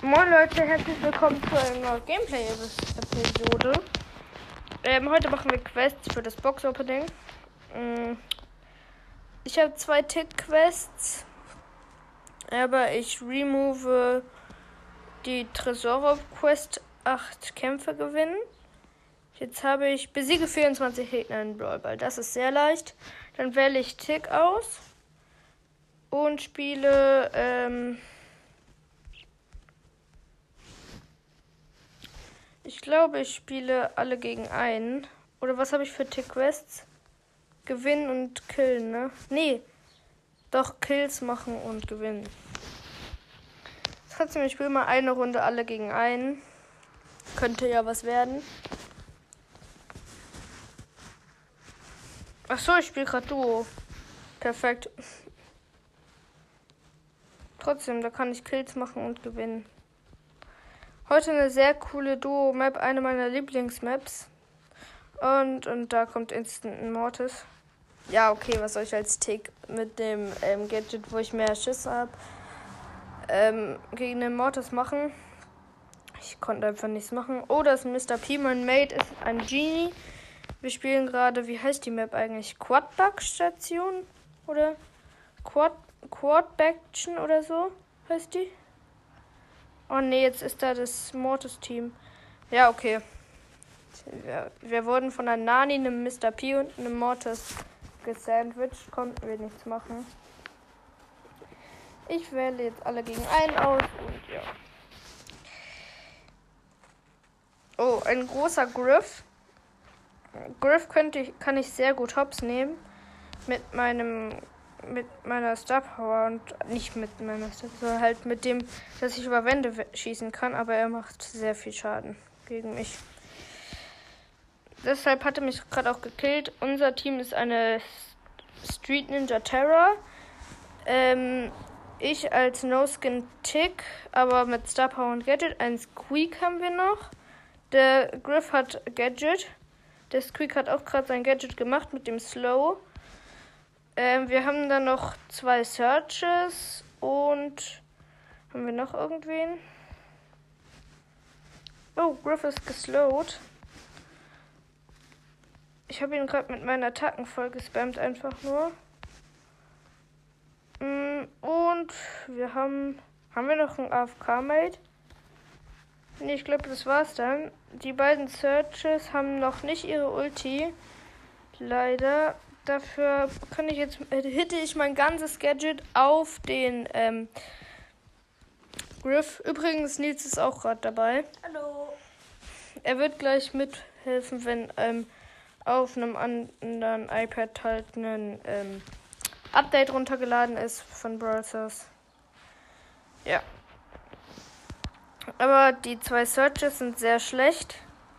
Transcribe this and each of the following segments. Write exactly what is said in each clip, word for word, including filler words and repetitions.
Moin Leute, herzlich willkommen zu einer neuen Gameplay-Episode. Ähm, heute machen wir Quests für das Box-Opening. Ähm, ich habe zwei Tick-Quests, aber ich remove die Tresor-Quest acht Kämpfe gewinnen. Jetzt habe ich besiege vierundzwanzig Gegner in Brawl Ball. Das ist sehr leicht. Dann wähle ich Tick aus und spiele ähm, ich glaube, ich spiele alle gegen einen. Oder was habe ich für Tick-Quests? Gewinnen und killen, ne? Nee. Doch, Kills machen und gewinnen. Trotzdem, ich spiele mal eine Runde alle gegen einen. Könnte ja was werden. Achso, ich spiele gerade Duo. Perfekt. Trotzdem, da kann ich Kills machen und gewinnen. Heute eine sehr coole Duo-Map, eine meiner Lieblingsmaps. Und, und da kommt Instant Mortis. Ja, okay, was soll ich als Tick mit dem ähm, Gadget, wo ich mehr Schiss habe, ähm, gegen den Mortis machen? Ich konnte einfach nichts machen. Oh, das ist Mister P. Mein Mate ist ein Genie. Wir spielen gerade, wie heißt die Map eigentlich? Quadback-Station? Oder Quad, Quadbaction oder so heißt die? Oh ne, jetzt ist da das Mortis-Team. Ja, okay. Wir, wir wurden von einer Nani, einem Mister P und einem Mortis gesandwiched. Konnten wir nichts machen. Ich wähle jetzt alle gegen einen aus und ja. Oh, ein großer Griff. Griff könnte ich, kann ich sehr gut hops nehmen. Mit meinem... mit meiner Star Power und nicht mit meiner Star Power, sondern halt mit dem, dass ich über Wände schießen kann, aber er macht sehr viel Schaden gegen mich. Deshalb hat er mich gerade auch gekillt. Unser Team ist eine Street Ninja Terror. Ähm, ich als No-Skin Tick, aber mit Star Power und Gadget. Ein Squeak haben wir noch. Der Griff hat Gadget. Der Squeak hat auch gerade sein Gadget gemacht mit dem Slow. Ähm, wir haben dann noch zwei Searches und haben wir noch irgendwen? Oh, Griff ist geslowt. Ich habe ihn gerade mit meinen Attacken voll gespammt, einfach nur. Und wir haben... Haben wir noch einen A F K-Mate? Nee, ich glaube, das war's dann. Die beiden Searches haben noch nicht ihre Ulti. Leider. Dafür kann ich jetzt, hitte ich mein ganzes Gadget auf den ähm, Griff. Übrigens, Nils ist auch gerade dabei. Hallo. Er wird gleich mithelfen, wenn ähm, auf einem anderen iPad halt ein ähm, Update runtergeladen ist von Brawl Stars. Ja. Aber die zwei Searches sind sehr schlecht.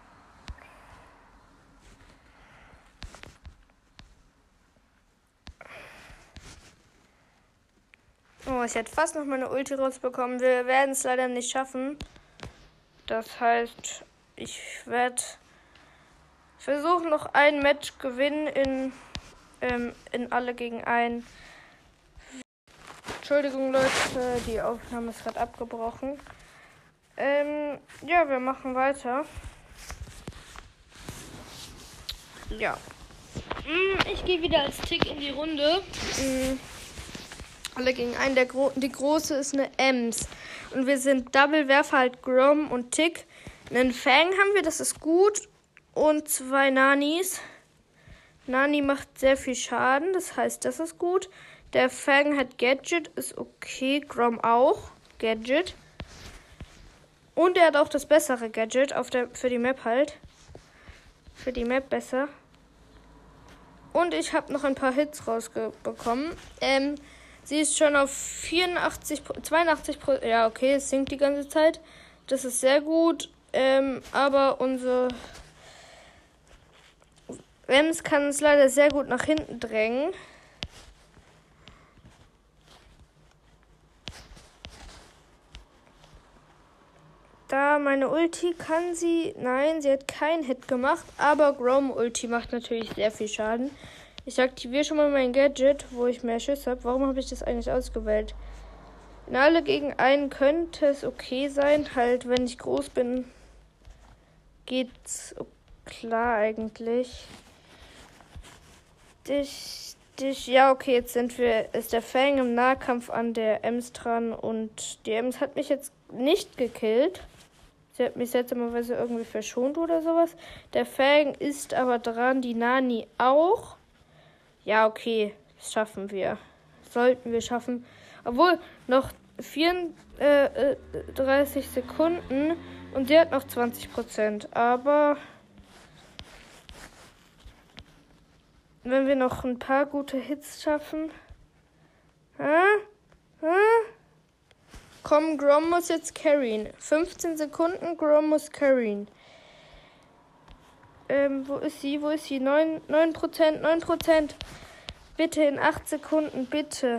Oh, ich hätte fast noch meine Ulti rausbekommen. Wir werden es leider nicht schaffen. Das heißt, ich werde versuchen, noch ein Match gewinnen in, ähm, in alle gegen einen. Entschuldigung, Leute, die Aufnahme ist gerade abgebrochen. Ähm, ja, wir machen weiter. Ja. Ich gehe wieder als Tick in die Runde. Alle gegen einen. Der Gro- die große ist eine Ems. Und wir sind Double, Werfer halt Grom und Tick. Einen Fang haben wir, das ist gut. Und zwei Nanis. Nani macht sehr viel Schaden, das heißt, das ist gut. Der Fang hat Gadget, ist okay. Grom auch. Gadget. Und er hat auch das bessere Gadget auf der, für die Map halt. Für die Map besser. Und ich habe noch ein paar Hits rausbekommen. Ähm... Sie ist schon auf vierundachtzig, zweiundachtzig Prozent. Ja, okay, es sinkt die ganze Zeit. Das ist sehr gut. Ähm, aber unsere Ems kann es leider sehr gut nach hinten drängen. Da meine Ulti kann sie... Nein, sie hat keinen Hit gemacht. Aber Grom Ulti macht natürlich sehr viel Schaden. Ich aktiviere schon mal mein Gadget, wo ich mehr Schiss habe. Warum habe ich das eigentlich ausgewählt? In alle gegen einen könnte es okay sein. Halt, wenn ich groß bin, geht's klar eigentlich. Dich, dich, ja, okay, jetzt sind wir, ist der Fang im Nahkampf an der Ems dran und die Ems hat mich jetzt nicht gekillt. Sie hat mich seltsamerweise irgendwie verschont oder sowas. Der Fang ist aber dran, die Nani auch. Ja, okay, das schaffen wir. Sollten wir schaffen. Obwohl, noch vierunddreißig Sekunden und sie hat noch zwanzig Prozent. Aber wenn wir noch ein paar gute Hits schaffen. Hä? Hä? Komm, Grom muss jetzt carryen. fünfzehn Sekunden, Grom muss carryen. Ähm, wo ist sie? Wo ist sie? neun Prozent, neun Prozent. Bitte in acht Sekunden, bitte.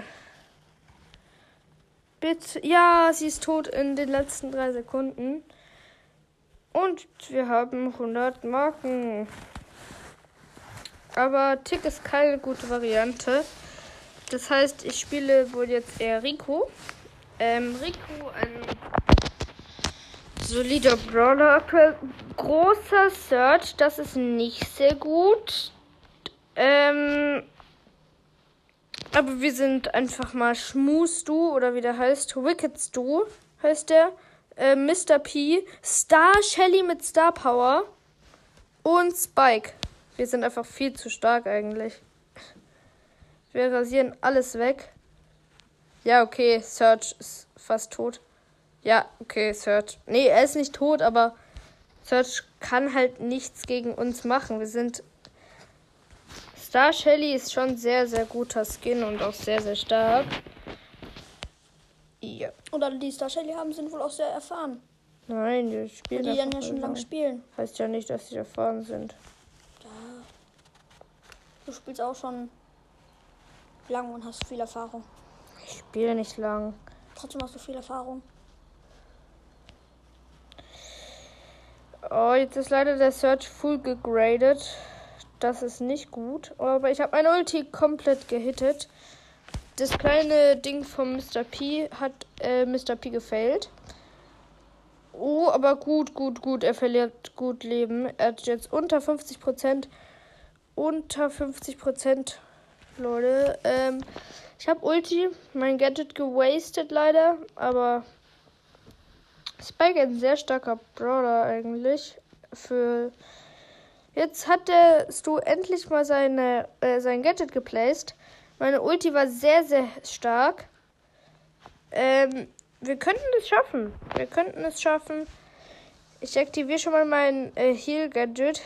Bitte. Ja, sie ist tot in den letzten drei Sekunden. Und wir haben hundert Marken. Aber Tick ist keine gute Variante. Das heißt, ich spiele wohl jetzt eher Rico. Ähm, Rico, ein solider Brawler aktuell. Großer Search, das ist nicht sehr gut. Ähm, aber wir sind einfach mal Schmus-Du oder wie der heißt. Wicked-Du heißt der. Äh, Mister P. Star Shelly mit Star Power. Und Spike. Wir sind einfach viel zu stark eigentlich. Wir rasieren alles weg. Ja, okay, Search ist fast tot. Ja, okay, Search. Nee, er ist nicht tot, aber Search kann halt nichts gegen uns machen. Wir sind... Star Shelly ist schon sehr, sehr guter Skin und auch sehr, sehr stark. Ja. Und alle, die Star Shelly haben, sind wohl auch sehr erfahren. Nein, die spielen die dann ja schon lange spielen. Heißt ja nicht, dass sie erfahren sind. Ja. Du spielst auch schon lang und hast viel Erfahrung. Ich spiele nicht lang. Trotzdem hast du viel Erfahrung. Oh, jetzt ist leider der Search full gegradet. Das ist nicht gut. Aber ich habe meine Ulti komplett gehittet. Das kleine Ding vom Mister P hat äh, Mister P gefailt. Oh, aber gut, gut, gut. Er verliert gut Leben. Er hat jetzt unter fünfzig Prozent. Unter fünfzig Prozent. Leute. Ähm, ich habe Ulti. Mein Gadget gewastet leider. Aber Spike ist ein sehr starker Brawler eigentlich. Für jetzt hat der Stu endlich mal seine, äh, sein Gadget geplaced. Meine Ulti war sehr, sehr stark. Ähm, wir könnten es schaffen. Wir könnten es schaffen. Ich aktiviere schon mal mein äh, Heal-Gadget.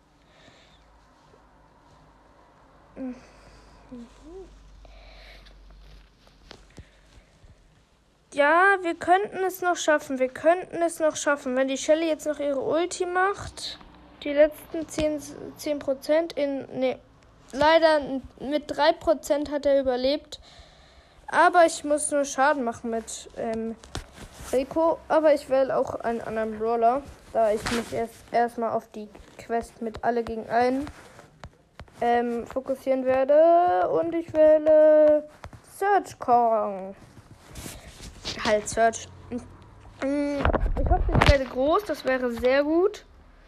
Ja, wir könnten es noch schaffen. Wir könnten es noch schaffen. Wenn die Shelly jetzt noch ihre Ulti macht. Die letzten zehn Prozent in... Nee. Leider mit drei Prozent hat er überlebt. Aber ich muss nur Schaden machen mit ähm, Rico. Aber ich wähle auch einen anderen Brawler. Da ich mich erst erstmal auf die Quest mit alle gegen einen ähm, fokussieren werde. Und ich wähle Search Kong. Halt Search. Ich hoffe, ich werde groß. Das wäre sehr gut.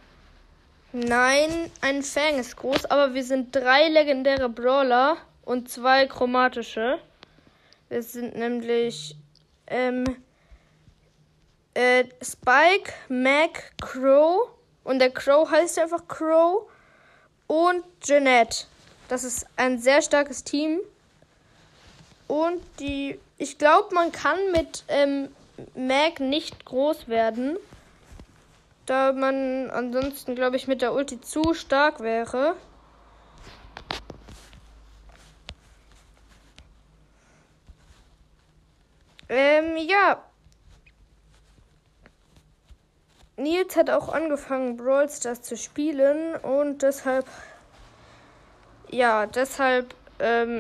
Nein, ein Fang ist groß, aber wir sind drei legendäre Brawler und zwei chromatische. Wir sind nämlich ähm, äh, Spike, Mac, Crow und der Crow heißt einfach Crow und Jeanette. Das ist ein sehr starkes Team. Und die, ich glaube, man kann mit ähm, Mac nicht groß werden. Da man ansonsten, glaube ich, mit der Ulti zu stark wäre. Ähm, ja. Nils hat auch angefangen, Brawl Stars zu spielen. Und deshalb, ja, deshalb, ähm,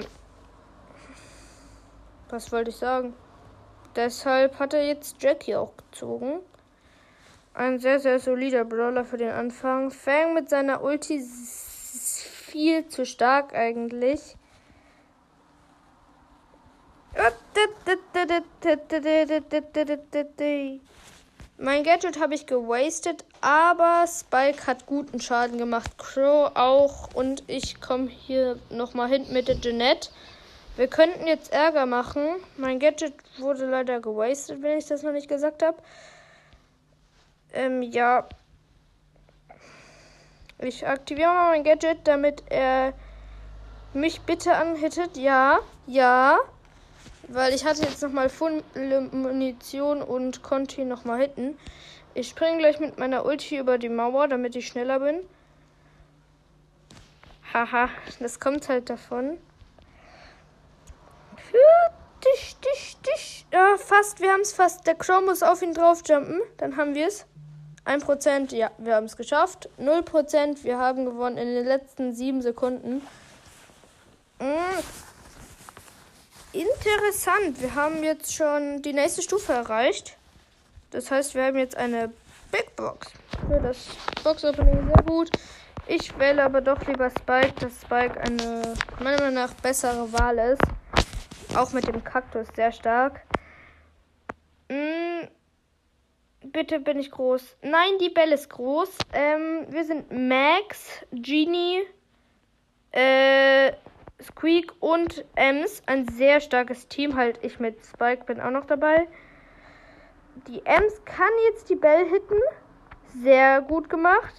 was wollte ich sagen? Deshalb hat er jetzt Jackie auch gezogen. Ein sehr, sehr solider Brawler für den Anfang. Fang mit seiner Ulti ist viel zu stark eigentlich. Mein Gadget habe ich gewastet, aber Spike hat guten Schaden gemacht. Crow auch. Und ich komme hier nochmal hin mit der Jeanette. Wir könnten jetzt Ärger machen. Mein Gadget wurde leider gewastet, wenn ich das noch nicht gesagt habe. Ähm, ja. Ich aktiviere mal mein Gadget, damit er mich bitte anhittet. Ja, ja. Weil ich hatte jetzt nochmal volle Munition und konnte ihn nochmal hitten. Ich springe gleich mit meiner Ulti über die Mauer, damit ich schneller bin. Haha, das kommt halt davon. Dich, dich, dich. Ja, fast, wir haben es fast. Der Crow muss auf ihn draufjumpen. Dann haben wir es. ein Prozent, ja, wir haben es geschafft. null Prozent, wir haben gewonnen in den letzten sieben Sekunden. Mm. Interessant, wir haben jetzt schon die nächste Stufe erreicht. Das heißt, wir haben jetzt eine Big Box. Für das Box-Opening sehr gut. Ich wähle aber doch lieber Spike, dass Spike eine, meiner Meinung nach, bessere Wahl ist. Auch mit dem Kaktus sehr stark. Mm. Bitte bin ich groß. Nein, die Belle ist groß. Ähm, wir sind Max, Genie, äh, Squeak und Ems. Ein sehr starkes Team. Halt, ich mit Spike bin auch noch dabei. Die Ems kann jetzt die Belle hitten. Sehr gut gemacht.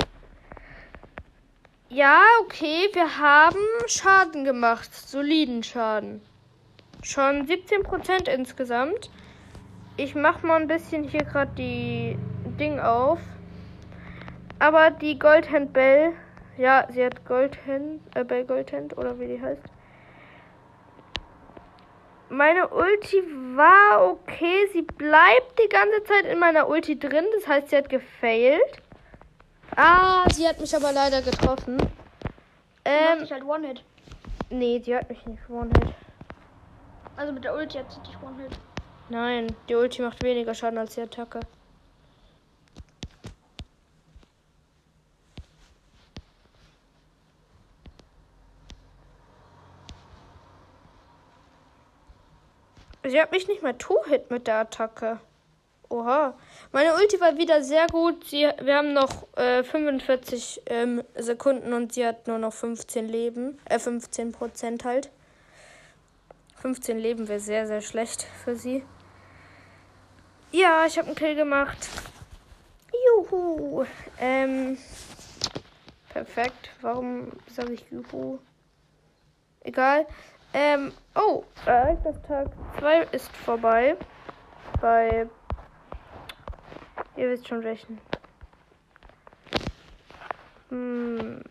Ja, okay, wir haben Schaden gemacht. Soliden Schaden. Schon siebzehn Prozent insgesamt. Ich mach mal ein bisschen hier gerade die Ding auf. Aber die Goldhand Belle, ja, sie hat Goldhand, äh, Belle Goldhand, oder wie die heißt. Meine Ulti war okay. Sie bleibt die ganze Zeit in meiner Ulti drin. Das heißt, sie hat gefailt. Ah, sie hat mich aber leider getroffen. Ähm, macht dich halt One-Hit. Nee, sie hat mich nicht One-Hit. Also mit der Ulti hat sie dich One-Hit. Nein, die Ulti macht weniger Schaden als die Attacke. Sie hat mich nicht mal Two-Hit mit der Attacke. Oha. Meine Ulti war wieder sehr gut. Sie, wir haben noch äh, fünfundvierzig ähm, Sekunden und sie hat nur noch fünfzehn Leben. Äh, fünfzehn Prozent halt. fünfzehn Leben wäre sehr, sehr schlecht für sie. Ja, ich habe einen Kill gemacht. Juhu. Ähm. Perfekt. Warum sage ich Juhu? Egal. Ähm. Oh, Ereignistag zwei ist vorbei. Bei. Ihr wisst schon welchen. Hm.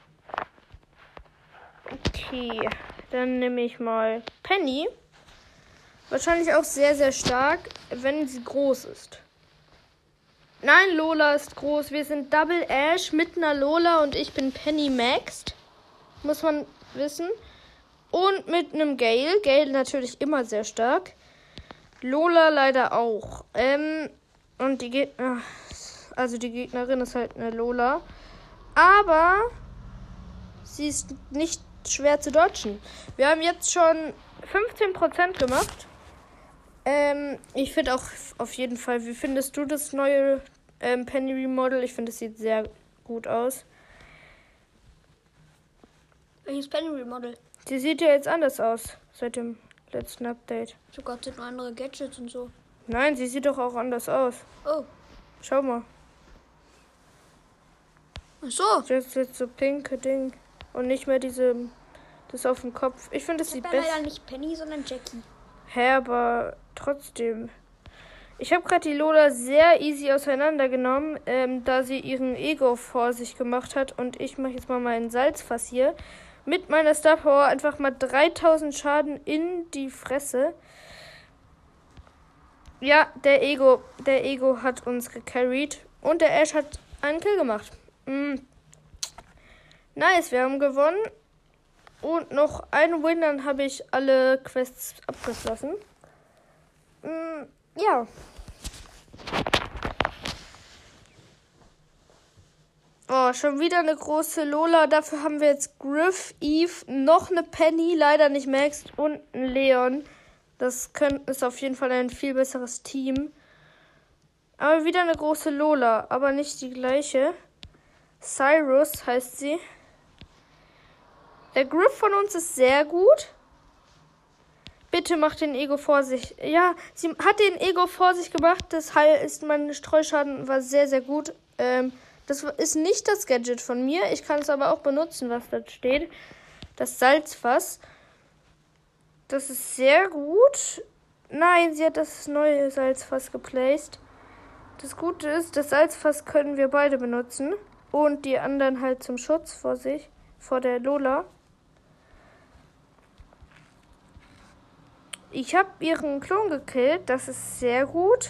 Okay. Dann nehme ich mal Penny. Wahrscheinlich auch sehr, sehr stark, wenn sie groß ist. Nein, Lola ist groß. Wir sind Double Ash mit einer Lola und ich bin Penny Maxed. Muss man wissen. Und mit einem Gale. Gale natürlich immer sehr stark. Lola leider auch. Ähm, und die Gegner... Also die Gegnerin ist halt eine Lola. Aber sie ist nicht schwer zu dodgen. Wir haben jetzt schon fünfzehn Prozent gemacht. Ähm, ich finde auch auf jeden Fall, wie findest du das neue ähm, Penny Remodel? Ich finde, es sieht sehr gut aus. Welches Penny Remodel? Sie sieht ja jetzt anders aus seit dem letzten Update. Sogar sind noch andere Gadgets und so. Nein, sie sieht doch auch anders aus. Oh. Schau mal. Ach so. Das ist jetzt so pinke Ding. Und nicht mehr diese, das auf dem Kopf. Ich finde, das sieht besser. leider nicht Penny, sondern Jackie. Hä, aber trotzdem. Ich habe gerade die Lola sehr easy auseinandergenommen, ähm, da sie ihren Ego vor sich gemacht hat. Und ich mache jetzt mal meinen Salzfass hier. Mit meiner Star Power einfach mal dreitausend Schaden in die Fresse. Ja, der Ego, der Ego hat uns gecarried. Und der Ash hat einen Kill gemacht. Mm. Nice, wir haben gewonnen. Und noch einen Win, dann habe ich alle Quests abgeschlossen. Mm, ja. Oh, schon wieder eine große Lola. Dafür haben wir jetzt Griff, Eve, noch eine Penny, leider nicht Max und einen Leon. Das könnt, ist auf jeden Fall ein viel besseres Team. Aber wieder eine große Lola, aber nicht die gleiche. Cyrus heißt sie. Der Griff von uns ist sehr gut. Bitte mach den Ego vor sich. Ja, sie hat den Ego vor sich gemacht. Das Heil ist, mein Streuschaden war sehr, sehr gut. Ähm, das ist nicht das Gadget von mir. Ich kann es aber auch benutzen, was da steht. Das Salzfass. Das ist sehr gut. Nein, sie hat das neue Salzfass geplaced. Das Gute ist, das Salzfass können wir beide benutzen. Und die anderen halt zum Schutz vor sich. Vor der Lola. Ich habe ihren Klon gekillt. Das ist sehr gut.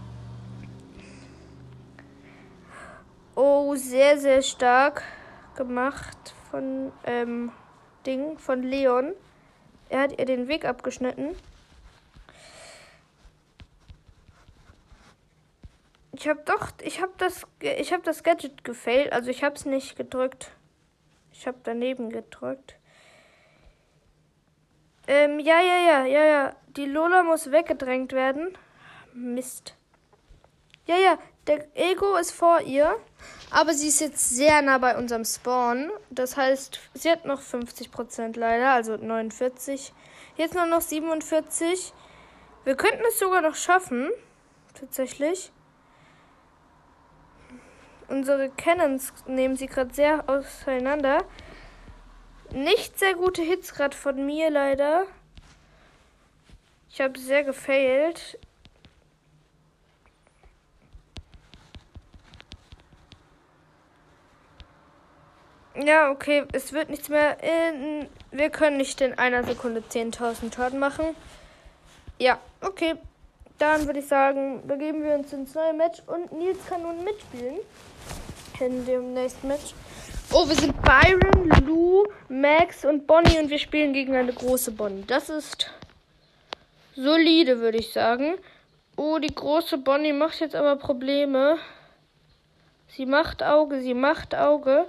Oh, sehr, sehr stark gemacht von ähm, Ding, von Leon. Er hat ihr den Weg abgeschnitten. Ich habe doch, ich habe das, ich habe das Gadget gefailt. Also ich habe es nicht gedrückt. Ich habe daneben gedrückt. Ähm, ja, ja, ja, ja, ja. Die Lola muss weggedrängt werden. Mist. Ja, ja, der Ego ist vor ihr. Aber sie ist jetzt sehr nah bei unserem Spawn. Das heißt, sie hat noch fünfzig Prozent leider, also neunundvierzig. Jetzt nur noch siebenundvierzig. Wir könnten es sogar noch schaffen. Tatsächlich. Unsere Cannons nehmen sie gerade sehr auseinander. Nicht sehr gute Hits gerade von mir leider. Ich habe sehr gefailt. Ja, okay, es wird nichts mehr. In, wir können nicht in einer Sekunde zehntausend Schaden machen. Ja, okay. Dann würde ich sagen, begeben wir uns ins neue Match und Nils kann nun mitspielen. In dem nächsten Match. Oh, wir sind Byron, Lou, Max und Bonnie und wir spielen gegen eine große Bonnie. Das ist solide, würde ich sagen. Oh, die große Bonnie macht jetzt aber Probleme. Sie macht Auge, sie macht Auge.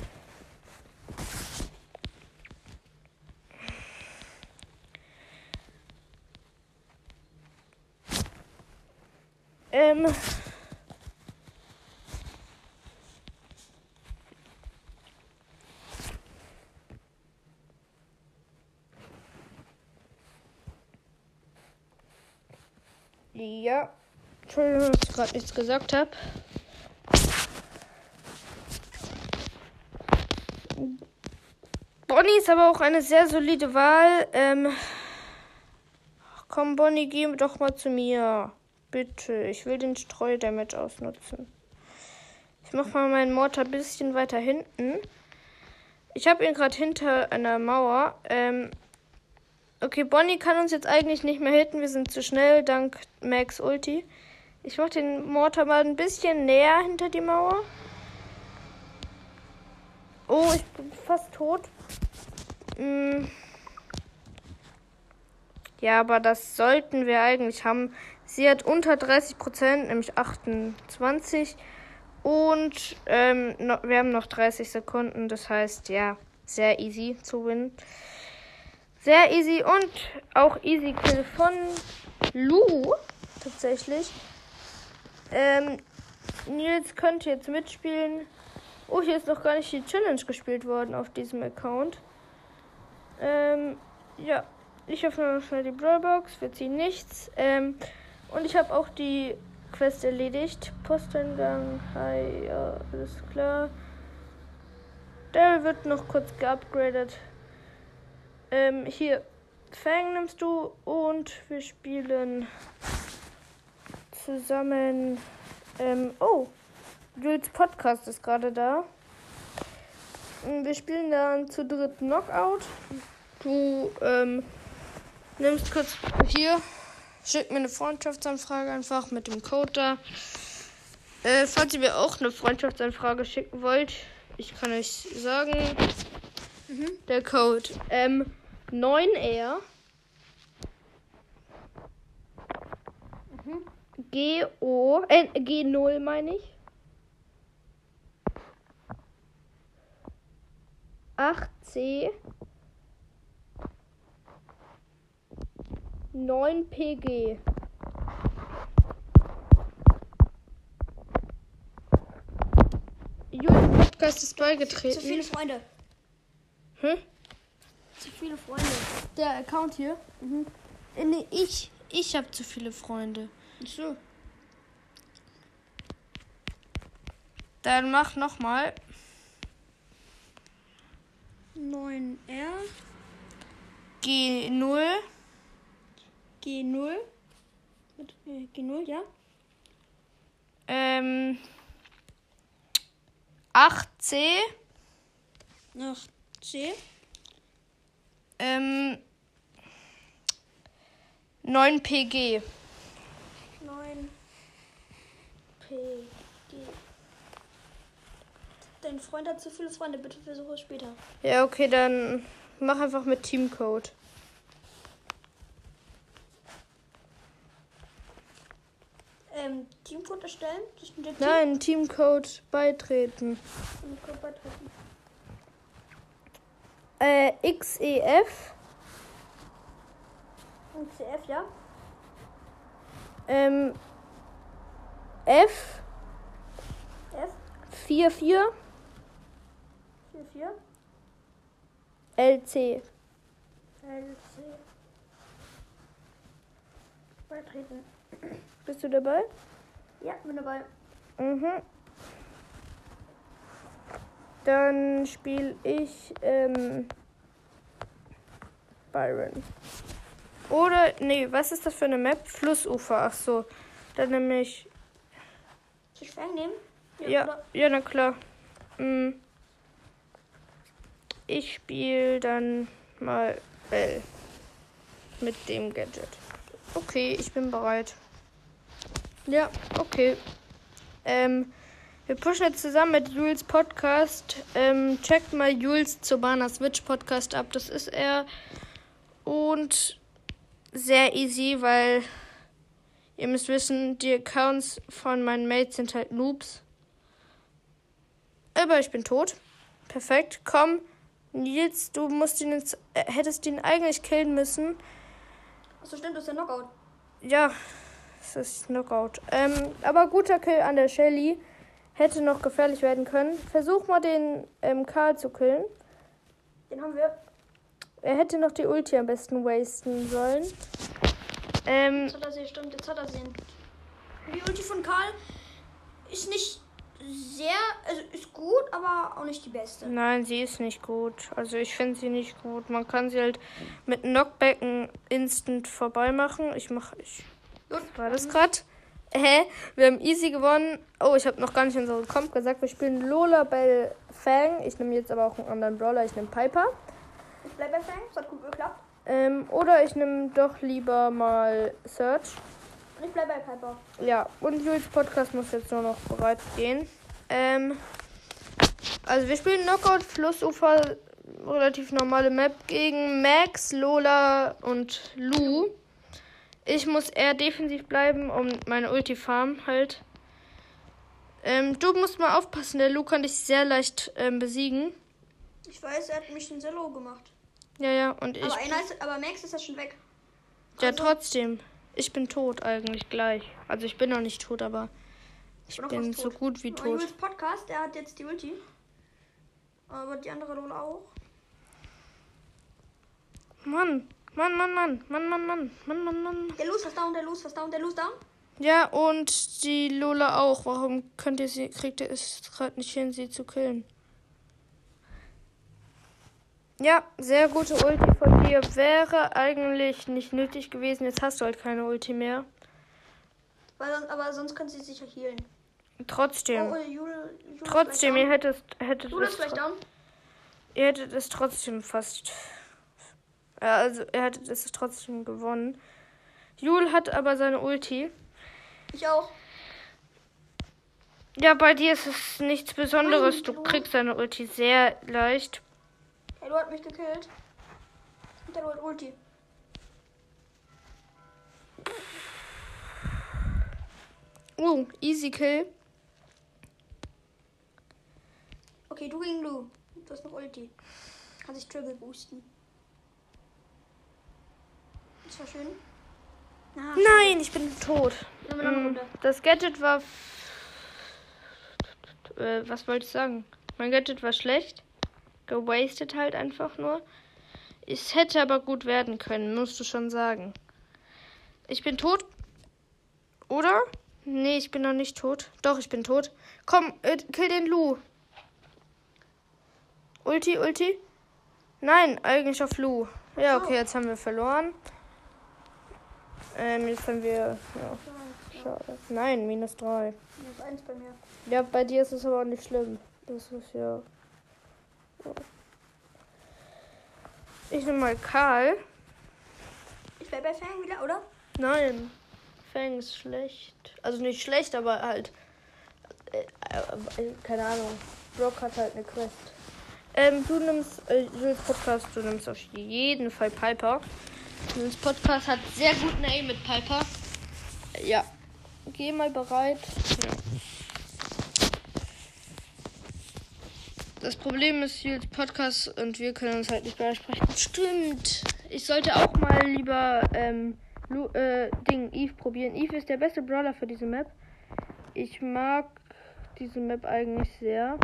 Ähm... Ja. Entschuldigung, dass ich gerade nichts gesagt habe. Bonnie ist aber auch eine sehr solide Wahl. Ähm, komm, Bonnie, geh doch mal zu mir. Bitte, ich will den Streudamage ausnutzen. Ich mache mal meinen Mortar ein bisschen weiter hinten. Ich habe ihn gerade hinter einer Mauer. Ähm, okay, Bonnie kann uns jetzt eigentlich nicht mehr hitten. Wir sind zu schnell, dank Max Ulti. Ich mache den Mortar mal ein bisschen näher hinter die Mauer. Oh, ich bin fast tot. Hm. Ja, aber das sollten wir eigentlich haben. Sie hat unter dreißig Prozent, nämlich achtundzwanzig. Und ähm, no, wir haben noch dreißig Sekunden. Das heißt, ja, sehr easy zu gewinnen. Sehr easy und auch easy Kill von Lou. Tatsächlich. Ähm, Nils könnte jetzt mitspielen. Oh, hier ist noch gar nicht die Challenge gespielt worden auf diesem Account. Ähm, ja. Ich öffne noch schnell die Brawlbox. Wir ziehen nichts. Ähm, und ich habe auch die Quest erledigt. Posteingang. Hi, ja, alles klar. Der wird noch kurz geupgradet. Ähm, hier. Fang nimmst du und wir spielen zusammen. Ähm, oh. Jules Podcast ist gerade da. Wir spielen dann zu dritt Knockout. Du, ähm, nimmst kurz hier, schick mir eine Freundschaftsanfrage einfach mit dem Code da. Äh, falls ihr mir auch eine Freundschaftsanfrage schicken wollt, ich kann euch sagen, mhm. Der Code ähm, neun R mhm. G O, äh, G null meine ich. acht C neun P G. Julius Podcast ist beigetreten. Zu viele Freunde. Hm? Zu viele Freunde. Der Account hier? Mhm. Äh, Nee, ich. Ich habe zu viele Freunde. Ach so. Dann mach nochmal. neun R. G null. G null. Mit, äh, G null, ja. Ähm. acht C. Nach C. Ähm. neun P G. neun P G. Dein Freund hat zu viele Freunde. Bitte versuche es später. Ja, okay, dann mach einfach mit Teamcode. Ähm, Teamcode erstellen? Das ist ein Team- Nein, Teamcode beitreten. Teamcode beitreten. Äh, X E F. Und C F, ja? Ähm. F. F. vier vier. vier vier. L C. L C. Beitreten. Bist du dabei? Ja, bin dabei. Mhm. Dann spiele ich ähm, Byron. Oder, nee, was ist das für eine Map? Flussufer, ach so. Dann nehme ich, Soll ich Fang nehmen? ja, oder? ja, na klar. Mm. Ich spiele dann mal Bell. Mit dem Gadget. Okay, ich bin bereit. Ja, okay. Ähm, wir pushen jetzt zusammen mit Jules Podcast. Ähm, checkt mal Jules Zobana Switch Podcast ab. Das ist er. Und sehr easy, weil ihr müsst wissen, die Accounts von meinen Mates sind halt Noobs. Aber ich bin tot. Perfekt. Komm, Nils, du musst ihn jetzt, äh, hättest ihn eigentlich killen müssen. Achso, stimmt, das ist der Knockout. Ja, es ist Knockout. Ähm, aber guter Kill an der Shelly. Hätte noch gefährlich werden können. Versuch mal den ähm, Karl zu killen. Den haben wir. Er hätte noch die Ulti am besten wasten sollen. Ähm, Jetzt hat er sie, stimmt, jetzt hat er sie. Die Ulti von Karl ist nicht sehr, also ist gut, aber auch nicht die beste. nein, sie ist nicht gut. Also ich finde sie nicht gut. Man kann sie halt mit Knockbacken instant vorbei machen. Ich mach, ich Gut. war das gerade? Hä? Wir haben easy gewonnen. Oh, ich habe noch gar nicht unsere Comp gesagt. Wir spielen Lola, Bell, Fang. Ich nehme jetzt aber auch einen anderen Brawler. Ich nehme Piper. Ich bleibe bei Fang, das hat gut geklappt. Ähm, oder ich nehme doch lieber mal Search. Und ich bleibe bei Piper. Ja, und Jules Podcast muss jetzt nur noch bereit gehen. Ähm, also wir spielen Knockout, Flussufer, relativ normale Map gegen Max, Lola und Lu. Ich muss eher defensiv bleiben, um meine Ulti-Farm halt. Ähm, du musst mal aufpassen, der Lu kann dich sehr leicht ähm, besiegen. Ich weiß, er hat mich schon sehr low gemacht. Ja, ja, und ich... Aber, einer ist, aber Max ist ja schon weg. Ja, also- trotzdem. Ich bin tot eigentlich gleich. Also ich bin noch nicht tot, aber ich bin auch bin fast so tot. gut wie Aber tot. Jules Podcast, der hat jetzt die Ulti. Aber die andere Lola auch. Mann, Mann, Mann, Mann, Mann, Mann, Mann, Mann, Mann, Mann. Der Los was down, der Los was down, der Los down. Ja, und die Lola auch. Warum könnt ihr sie, kriegt ihr es gerade nicht hin, sie zu killen? Ja, sehr gute Ulti von dir. Wäre eigentlich nicht nötig gewesen. Jetzt hast du halt keine Ulti mehr. Weil sonst, aber sonst können sie sich ja healen. Trotzdem. Oh, Jule, Jule Trotzdem, ihr hättet, hättet Jule es, ist gleich down. ihr hättet es trotzdem fast. Ja, also ihr hättet es trotzdem gewonnen. Jule hat aber seine Ulti. Ich auch. Ja, bei dir ist es nichts Besonderes. Nein, Du Lu. kriegst deine Ulti sehr leicht. Der Lu hat mich gekillt. Und der Lu hat Ulti. Oh, easy kill. Okay, du gegen Lu. Du hast noch Ulti. Kann sich Triple boosten. Das war schön. Ah, Nein, ich bin tot. Nehmen wir noch eine Mm, Runde. Das Gadget war... f- Äh, was wollte ich sagen? Mein Gadget war schlecht. Gewastet halt einfach nur. Es hätte aber gut werden können, musst du schon sagen. Ich bin tot. Oder? Nee, ich bin noch nicht tot. Doch, ich bin tot. Komm, äh, kill den Lu. Ulti, Ulti. Nein, eigentlich auf Lu. Ja, okay, jetzt haben wir verloren. Ähm, jetzt haben wir... Ja, schade. Nein, minus drei. Minus eins bei mir. Ja, bei dir ist es aber auch nicht schlimm. Das ist ja... ja. Ich nehme mal Karl. Ich bleib bei Fang wieder, oder? Nein, Fang ist schlecht. Also nicht schlecht, aber halt... Äh, äh, keine Ahnung. Brock hat halt eine Quest. Ähm, du nimmst... Äh, Jules Podcast, du nimmst auf jeden Fall Piper. Jules Podcast hat sehr guten Aim mit Piper. Ja. Geh mal bereit. Ja. Das Problem ist, Jules Podcast und wir können uns halt nicht besprechen. Stimmt. Ich sollte auch mal lieber ähm, Lu, äh, Ding, Eve probieren. Eve ist der beste Brawler für diese Map. Ich mag diese Map eigentlich sehr.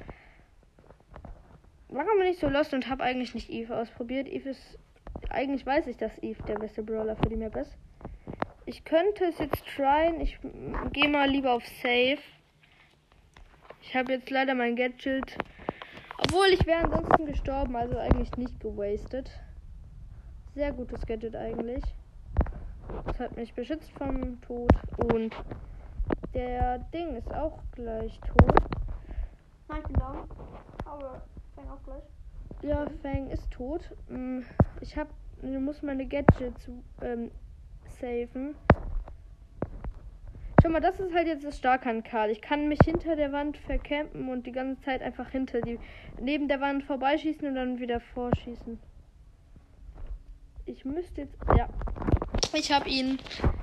Warum bin ich so lost und habe eigentlich nicht Eve ausprobiert? Eve ist... Eigentlich weiß ich, dass Eve der beste Brawler für die Map ist. Ich könnte es jetzt tryen. Ich gehe mal lieber auf Save. Ich habe jetzt leider mein Gadget. Obwohl, ich wäre ansonsten gestorben. Also eigentlich nicht gewastet. Sehr gutes Gadget eigentlich. Das hat mich beschützt vom Tod. Und der Ding ist auch gleich tot. Nein, ich bin down. Aber Fang auch gleich. Ja, Fang ist tot. Ich hab, ich muss meine Gadgets ähm, saven. Schau mal, das ist halt jetzt das Starke an Karl. Ich kann mich hinter der Wand vercampen und die ganze Zeit einfach hinter die, neben der Wand vorbeischießen und dann wieder vorschießen. Ich müsste jetzt, ja. Ich hab ihn.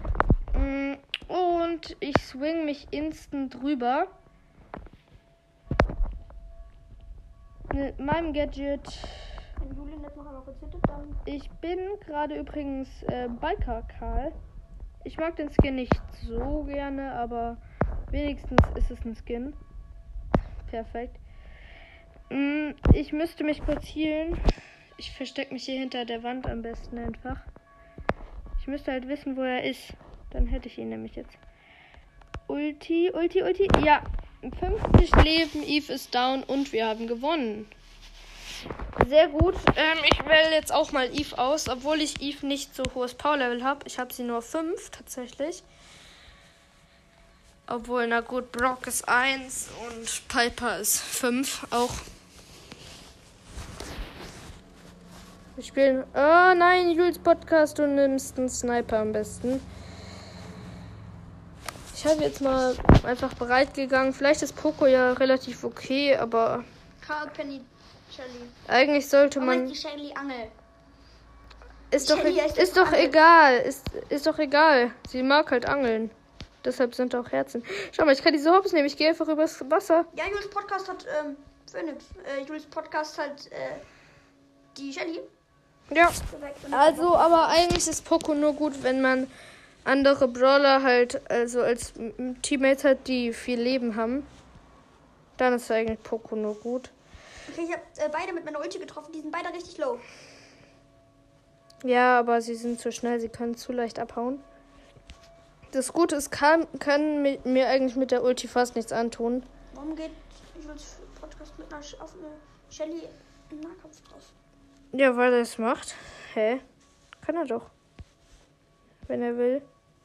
Und ich swing mich instant rüber. Mit meinem Gadget. Wenn Julian jetzt noch einmal kurz hittet, dann... Ich bin gerade übrigens äh, Biker Karl. Ich mag den Skin nicht so gerne, aber wenigstens ist es ein Skin. Perfekt. Mm, ich müsste mich kurz healen. Ich verstecke mich hier hinter der Wand am besten einfach. Ich müsste halt wissen, wo er ist. Dann hätte ich ihn nämlich jetzt. Ulti, Ulti, Ulti. Ja, fünfzig Leben, Eve ist down und wir haben gewonnen. Sehr gut. Ähm, ich wähle jetzt auch mal Eve aus, obwohl ich Eve nicht so hohes Power-Level habe. Ich habe sie nur fünf tatsächlich. Obwohl, na gut, Brock ist eins und Piper ist fünf auch. Wir spielen... Oh nein, Jules Podcast, du nimmst einen Sniper am besten. Ich habe jetzt mal einfach bereit gegangen. Vielleicht ist Poco ja relativ okay, aber... Karl, Penny, Shelly. Eigentlich sollte Warum man... ist die Shelly Angel? Ist doch, Shelly e- heißt ist doch doch Angel. egal. Ist, ist doch egal. Sie mag halt angeln. Deshalb sind auch Herzen. Schau mal, ich kann diese Hops nehmen. Ich gehe einfach übers Wasser. Ja, Jules Podcast hat, ähm, Phoenix. Äh, Jules Podcast hat, äh, die Shelly. Ja. Perfekt. Und Also, aber eigentlich ist Poco nur gut, wenn man andere Brawler halt, also als m- Teammates hat, die viel Leben haben. Dann ist eigentlich Poco nur gut. Okay, ich habe äh, beide mit meiner Ulti getroffen. Die sind beide richtig low. Ja, aber sie sind zu schnell. Sie können zu leicht abhauen. Das Gute ist, kann, können mi- mir eigentlich mit der Ulti fast nichts antun. Warum geht Jules Podcast mit einer Sch- auf eine Shelly im Nahkampf drauf? Ja, weil er es macht. Hä? Kann er doch. Wenn er will.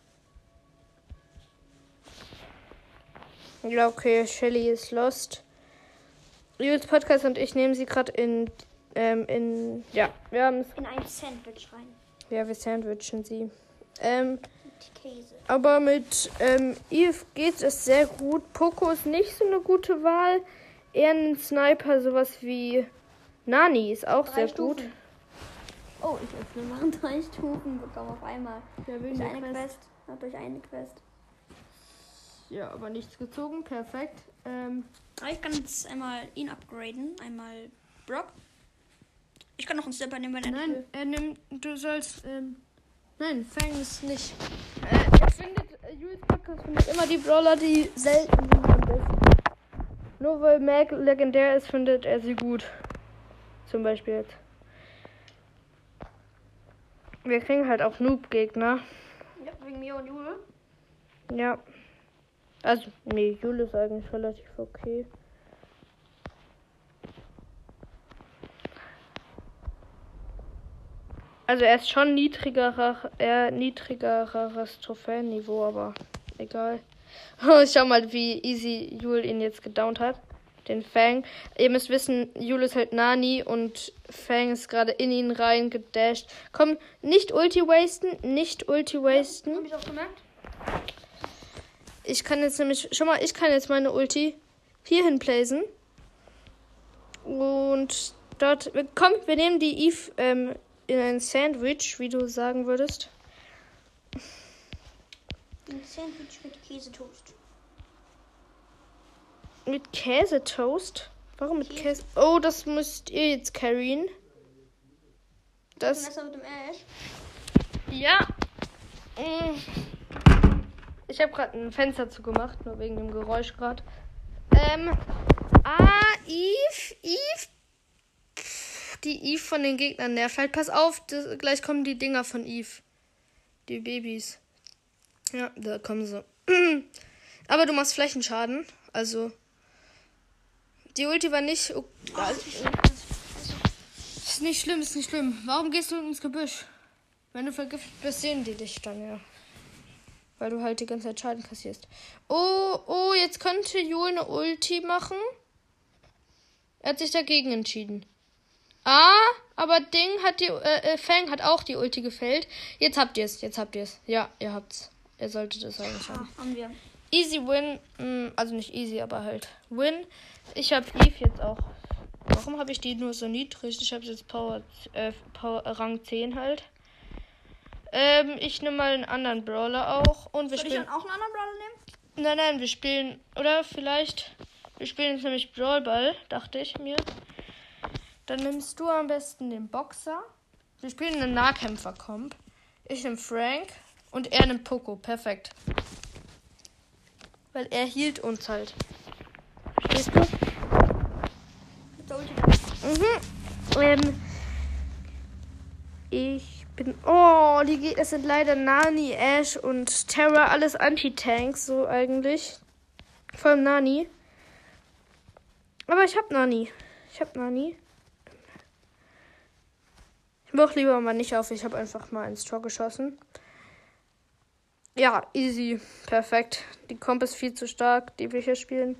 Ja, okay, Shelly ist lost. Jules Podcast und ich nehmen sie gerade in, ähm, in, ja, wir haben es, In ein Sandwich rein. ja, wir sandwichen sie. Ähm, Mit Käse. aber mit, ähm, Eve geht es sehr gut. Poco ist nicht so eine gute Wahl. Eher ein Sniper, sowas wie Nani ist auch Drei sehr Stufen. gut. Oh, ich öffne mal drei Stufen. Bekomme auf einmal. Ja, Durch eine Quest. Ja, durch eine Quest. Ja, aber nichts gezogen. Perfekt. Ähm, Aber ich kann jetzt einmal ihn upgraden. Einmal Brock. Ich kann noch einen Stepper nehmen, wenn er nicht nein, will. er nimmt, du sollst, ähm, Nein, Fang ist nicht. Äh, er findet, äh, Jules Podcast findet immer die Brawler, die selten sind am besten. Nur weil Mac legendär ist, findet er sie gut. Zum Beispiel jetzt. Wir kriegen halt auch Noob-Gegner. Ja, wegen mir und Jule. Ja. Also, nee, Jule ist eigentlich relativ okay. Also er ist schon niedrigerer, eher niedrigeres Trophäenniveau, aber egal. Schau mal, wie easy Jule ihn jetzt gedownt hat. Den Fang. Ihr müsst wissen, Jule ist halt Nani und Fang ist gerade in ihn rein gedasht. Komm, nicht Ulti wasten, nicht Ulti wasten. Ja, hab ich auch gemerkt. Ich kann jetzt nämlich, schau mal, ich kann jetzt meine Ulti hierhin placen. Und dort, komm, wir nehmen die Eve ähm, in ein Sandwich, wie du sagen würdest. Ein Sandwich mit Käsetoast. Mit Käsetoast? Warum mit Käse? Oh, das müsst ihr jetzt carryen. Das. Messer mit dem Ash. Ja. Ich habe gerade ein Fenster zugemacht, nur wegen dem Geräusch gerade. Ähm. Ah, Eve, Eve. Die Eve von den Gegnern nervt halt. Pass auf, das, gleich kommen die Dinger von Eve. Die Babys. Ja, da kommen sie. Aber du machst Flächenschaden. Also. Die Ulti war nicht. Oh, Ach, ist nicht schlimm, ist nicht schlimm. Warum gehst du ins Gebüsch? Wenn du vergiftet bist, sehen die dich dann, ja. Weil du halt die ganze Zeit Schaden kassierst. Oh, oh, jetzt könnte Jule eine Ulti machen. Er hat sich dagegen entschieden. Ah, aber Ding hat die, äh, Fang hat auch die Ulti gefällt. Jetzt habt ihr es, jetzt habt ihr es. Ja, ihr habt's. Ihr solltet es eigentlich haben. haben wir. Easy win. Also nicht easy, aber halt win. Ich habe Eve jetzt auch. Warum habe ich die nur so niedrig? Ich habe jetzt Power, äh, Power Rang zehn halt. Ähm, ich nehme mal einen anderen Brawler auch. Und wir Soll spielen. ich dann auch einen anderen Brawler nehmen? Nein, nein, wir spielen. Oder vielleicht. Wir spielen jetzt nämlich Brawlball, dachte ich mir. Dann nimmst du am besten den Boxer. Wir spielen einen Nahkämpfer-Comp. Ich nehme Frank. Und er nimmt Poco. Perfekt. Weil er hielt uns halt. Verstehst du? Mit der Ulti. Mhm. Ähm. Ich bin. Oh, die Gegner sind leider Nani, Ash und Terra. Alles Anti-Tanks, so eigentlich. Vor allem Nani. Aber ich hab Nani. Ich hab Nani. Ich mach lieber mal nicht auf. Ich habe einfach mal ins Tor geschossen. Ja, easy. Perfekt. Die Comp ist viel zu stark, die wir hier spielen.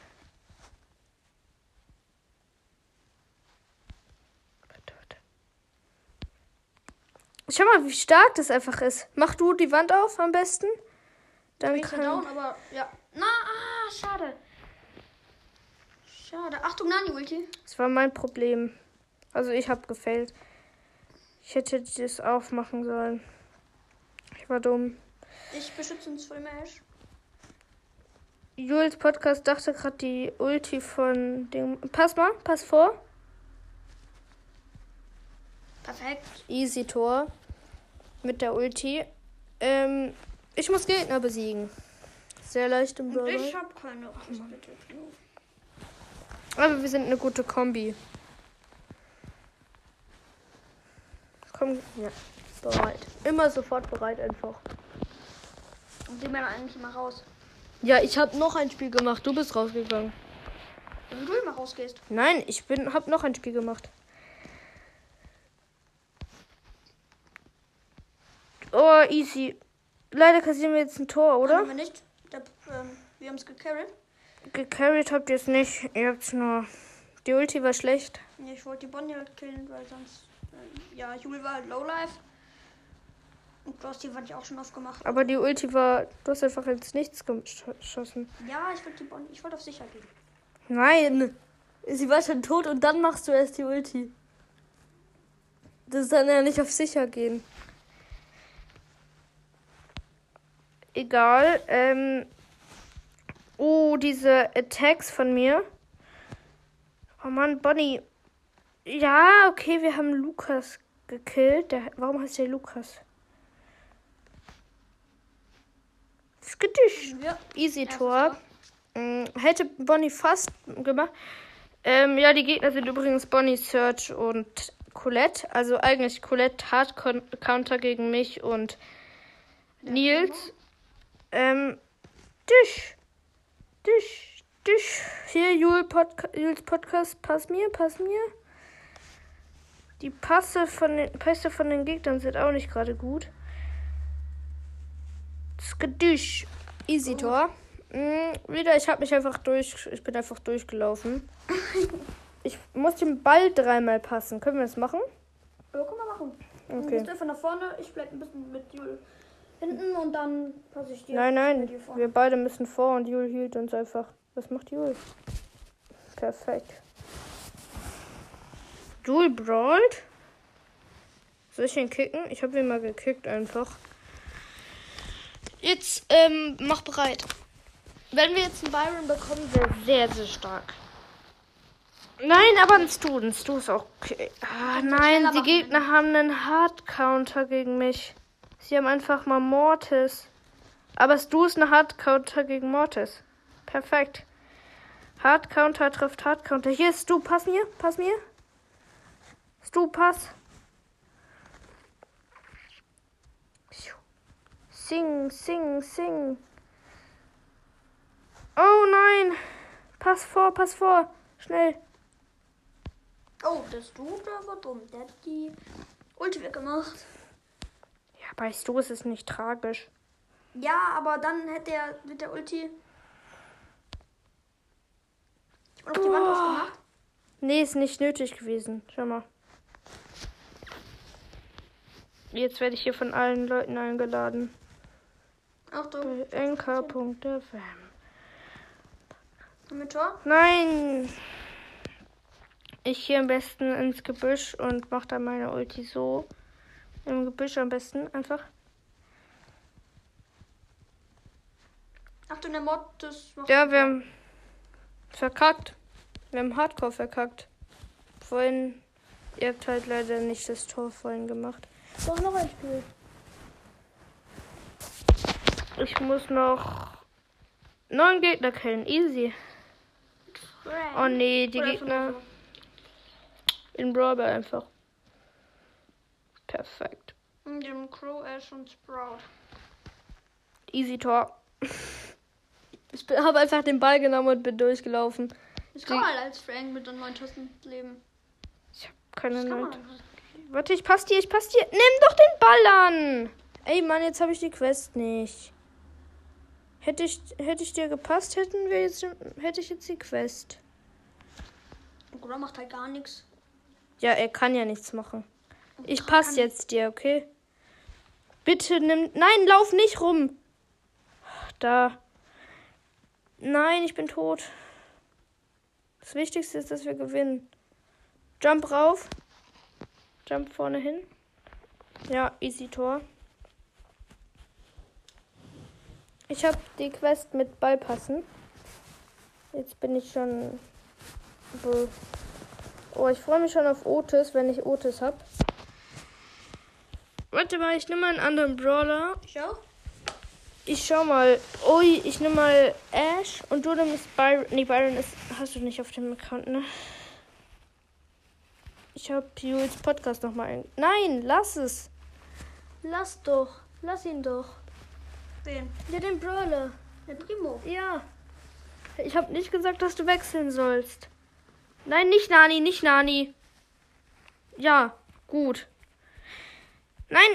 Schau mal, wie stark das einfach ist. Mach du die Wand auf am besten. Dann Bin ich kann... down, aber ja. Na, ah, schade. Schade. Achtung, Nani-Ulti. Das war mein Problem. Also ich habe gefailt. Ich hätte das aufmachen sollen. Ich war dumm. Ich beschütze uns vor dem Ash. Jules Podcast dachte gerade die Ulti von dem... Pass mal, pass vor. Perfekt. Easy Tor. Mit der Ulti. Ähm, ich muss Gegner besiegen. Sehr leicht im Und Brawler. ich habe keine. Ach, bitte. Aber wir sind eine gute Kombi. Komm, ja. Bereit. Immer sofort bereit einfach. Und gehen wir dann eigentlich immer raus. Ja, ich habe noch ein Spiel gemacht. Du bist rausgegangen. Wenn du immer rausgehst. Nein, ich bin, hab noch ein Spiel gemacht. Oh, easy. Leider kassieren wir jetzt ein Tor, oder? Haben wir nicht. Der, ähm, wir haben es gecarried. Gecarried habt ihr es nicht. Ihr habt's nur. Die Ulti war schlecht. Nee, ich wollte die Bonnie halt killen, weil sonst. Äh, ja, Jule war halt Lowlife. Und du hast die Wand ja auch schon aufgemacht. Aber die Ulti war. Du hast einfach ins Nichts geschossen. Ja, ich wollte die Bonnie. Ich wollte auf sicher gehen. Nein. Sie war schon tot und dann machst du erst die Ulti. Das ist dann ja nicht auf sicher gehen. Egal. Ähm. Oh, diese Attacks von mir. Oh Mann, Bonnie. Ja, okay, wir haben Lukas gekillt. Der, warum heißt der Lukas? Skittisch. Ja. Easy Erstes Tor. Ähm, hätte Bonnie fast gemacht. Ähm, ja, die Gegner sind übrigens Bonnie, Serge und Colette. Also eigentlich Colette Hard Counter gegen mich und Nils. Ähm, Tisch. Tisch. Tisch. Hier, Jul Podca- Jules Podcast. Pass mir, pass mir. Die Passe von den, Pässe von den Gegnern sind auch nicht gerade gut. Skadüsch. Easy Tor. Mhm, wieder, ich habe mich einfach durch. Ich bin einfach durchgelaufen. Ich muss den Ball dreimal passen. Können wir das machen? Ja, können wir machen. Du Okay. gehst einfach nach vorne, ich bleib ein bisschen mit Jul hinten und dann passe ich dir. Nein, mit nein. dir vor. Wir beide müssen vor und Jul hielt uns einfach. Was macht Jul? Perfekt. Jul brawlt. Soll ich ihn kicken? Ich habe ihn mal gekickt einfach. Jetzt, ähm, mach bereit. Wenn wir jetzt einen Byron bekommen, wäre sehr, sehr stark. Nein, aber ein Stu. Ein Stu ist auch okay. Ah, nein, die Gegner haben einen Hard-Counter gegen mich. Sie haben einfach mal Mortis. Aber Stu ist eine Hard-Counter gegen Mortis. Perfekt. Hard-Counter trifft Hard-Counter. Hier ist Stu. Pass mir. Pass mir. Stu, pass. Sing, sing, sing. Oh nein. Pass vor, pass vor. Schnell. Oh, das du, der war dumm. Der hat die Ulti weggemacht. Ja, bei Stu ist es nicht tragisch. Ja, aber dann hätte er mit der Ulti und auf die Wand ausgemacht. Nee, ist nicht nötig gewesen. Schau mal. Jetzt werde ich hier von allen Leuten eingeladen. Achtung. Bei N K Punkt F M. Mit Tor? Nein! Ich hier am besten ins Gebüsch und mache dann meine Ulti so. Im Gebüsch am besten einfach. Achtung, der Mortis macht. Ja, wir haben verkackt. Wir haben Hardcore verkackt. Vorhin, ihr habt halt leider nicht das Tor vorhin gemacht. Doch noch ein Spiel. Ich muss noch neun Gegner killen. Easy. Oh nee, die Oder Gegner in Brawl Ball einfach. Perfekt. mit dem Crow, Ash und Sprout. Easy Tor. Ich habe einfach den Ball genommen und bin durchgelaufen. Das kann man halt als Frank mit neuntausend Leben. Ich habe keine Das kann Not. man. Warte, ich pass dir, ich pass dir. Nimm doch den Ball an. Ey, Mann, jetzt habe ich die Quest nicht. Hätte ich, hätte ich dir gepasst, hätten wir jetzt, hätte ich jetzt die Quest. Oder macht halt gar nichts. Ja, er kann ja nichts machen. Ich pass jetzt dir, okay? Bitte nimm... Nein, lauf nicht rum. Da. Nein, ich bin tot. Das Wichtigste ist, dass wir gewinnen. Jump rauf. Jump vorne hin. Ja, easy Tor. Ich habe die Quest mit Beipassen. Jetzt bin ich schon... Oh, ich freue mich schon auf Otis, wenn ich Otis habe. Warte mal, ich nehme mal einen anderen Brawler. Ich auch? Ich schau mal. Ui, ich nehme mal Ash und du nimmst Byron. Nee, Byron ist, hast du nicht auf dem Account, ne? Ich habe Jules Podcast nochmal ein. Nein, lass es. Lass doch. Lass ihn doch. Wen? Ja, den Brawler. Der Primo. Ja. Ich habe nicht gesagt, dass du wechseln sollst. Nein, nicht Nani, nicht Nani. Ja, gut. Nein.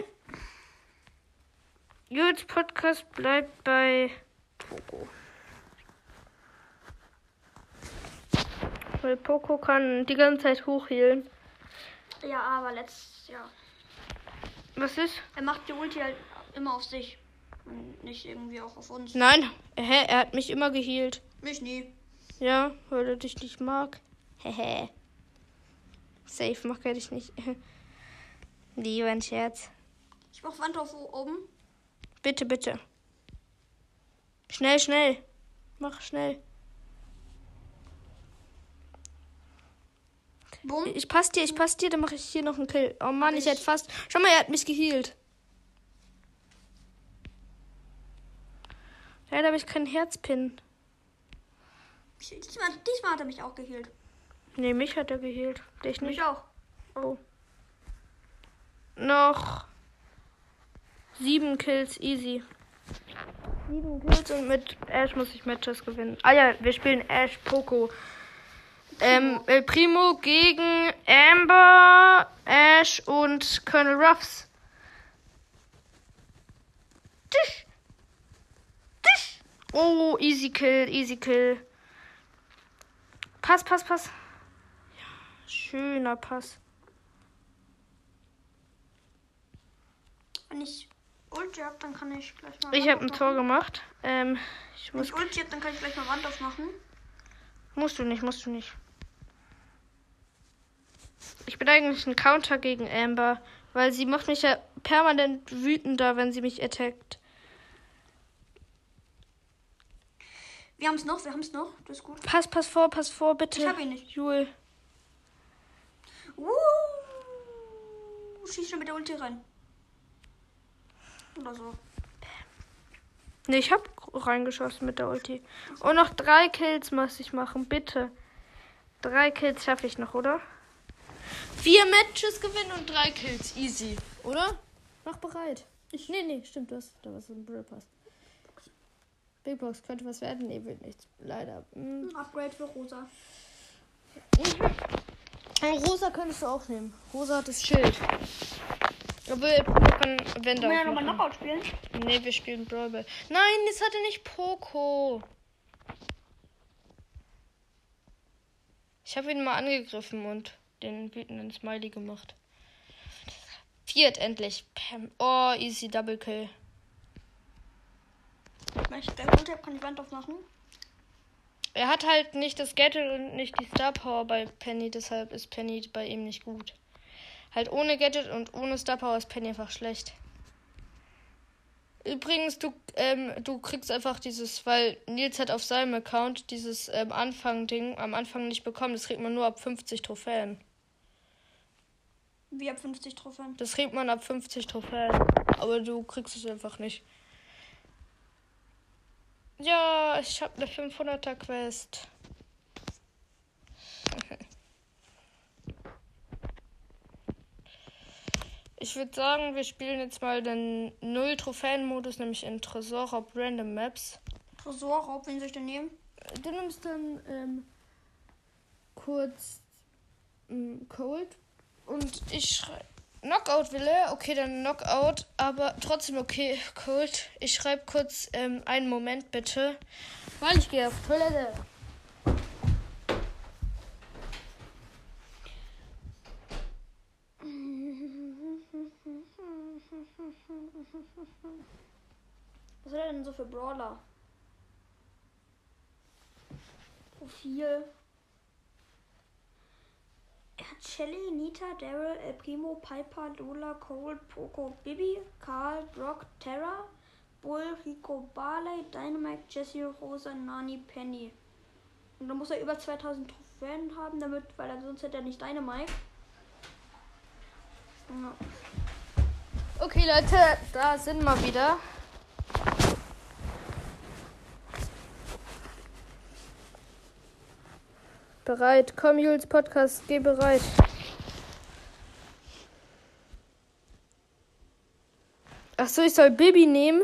Jules Podcast bleibt bei Poco. Weil Poco kann die ganze Zeit hochhealen. Ja, aber letztes Jahr. Was ist? Er macht die Ulti halt immer auf sich. Und nicht irgendwie auch auf uns. Nein, hä, er hat mich immer gehealt. Mich nie. Ja, weil er dich nicht mag. Hehe. Safe mag er dich nicht. Lieber ein Scherz. Ich mach Wand auf oben. Bitte, bitte. Schnell, schnell. Mach schnell. Bumm. Ich pass dir, ich pass dir, dann mache ich hier noch einen Kill. Oh Mann, ich hätte fast... Schau mal, er hat mich gehealt. Leider habe ich keinen Herzpin. Diesmal, diesmal hat er mich auch geheilt. Nee, mich hat er geheilt. Dich nicht. Mich auch. Oh. Noch sieben Kills, easy. Sieben Kills und mit Ash muss ich Matches gewinnen. Ah ja, wir spielen Ash Poco. Ähm, El Primo gegen Amber, Ash und Colonel Ruffs. Tisch. Tisch. Oh, easy kill, easy kill. Pass, pass, pass. Ja, schöner Pass. Wenn ich Ulti hab, dann kann ich gleich mal. Ich habe ein Tor gemacht. Ähm, ich Wenn muss. ich Ulti hab, dann kann ich gleich mal Wand aufmachen. Musst du nicht, musst du nicht. Ich bin eigentlich ein Counter gegen Amber, weil sie macht mich ja permanent wütender, wenn sie mich attackt. Wir haben es noch, wir haben es noch. Das ist gut. Pass, pass vor, pass vor, bitte. Ich hab ihn nicht. Jule. Uh, schieß schon mit der Ulti rein. Oder so. Ne, ich hab reingeschossen mit der Ulti. Und noch drei Kills muss ich machen, bitte. Drei Kills schaffe ich noch, oder? Vier Matches gewinnen und drei Kills. Easy, oder? Mach bereit. Ich, nee, nee, stimmt, du hast da was im Brawl Pass. Big Box könnte was werden. Nee, wird nichts. Leider. Hm. Ein Upgrade für Rosa. Ein Rosa könntest du auch nehmen. Rosa hat das Schild. Aber wir können Wände Können wir ja nochmal aufmachen. Knockout spielen? Nee, wir spielen Brawl Ball. Nein, das hatte nicht Poco. Ich habe ihn mal angegriffen und den wütenden Smiley gemacht. Viert endlich. Pam. Oh, easy Double Kill. Wenn ich gleich Ulti hab, kann ich Wand aufmachen. Er hat halt nicht das Gadget und nicht die Star Power bei Penny, deshalb ist Penny bei ihm nicht gut. Halt ohne Gadget und ohne Star Power ist Penny einfach schlecht. Übrigens, du, ähm, du kriegst einfach dieses, weil Nils hat auf seinem Account dieses ähm, Anfang-Ding am Anfang nicht bekommen. Das kriegt man nur ab fünfzig Trophäen. Wie ab fünfzig Trophäen. Das kriegt man ab fünfzig Trophäen. Aber du kriegst es einfach nicht. Ja, ich habe eine fünfhunderter Quest. Ich würde sagen, wir spielen jetzt mal den Null-Trophäen-Modus, nämlich in Tresorraub Random Maps. Tresorraub, wen soll ich denn nehmen? Du nimmst dann ähm, kurz ähm, Cold und ich schreibe Knockout will er. Okay, dann Knockout, aber trotzdem okay, Cold. Ich schreibe kurz ähm, einen Moment bitte, weil ich gehe auf Toilette. Was hat er denn so für Brawler? Profil. Er hat Shelly, Nita, Daryl, El Primo, Piper, Lola, Cold, Poco, Bibi, Karl, Brock, Terra, Bull, Rico, Barley, Dynamite, Jessie, Rosa, Nani, Penny. Und dann muss er über zweitausend Trophäen haben, damit, weil er sonst hätte er nicht Dynamite. Ja. Okay, Leute, da sind wir wieder. Bereit. Komm, Jules Podcast, geh bereit. Ach so, ich soll Bibi nehmen?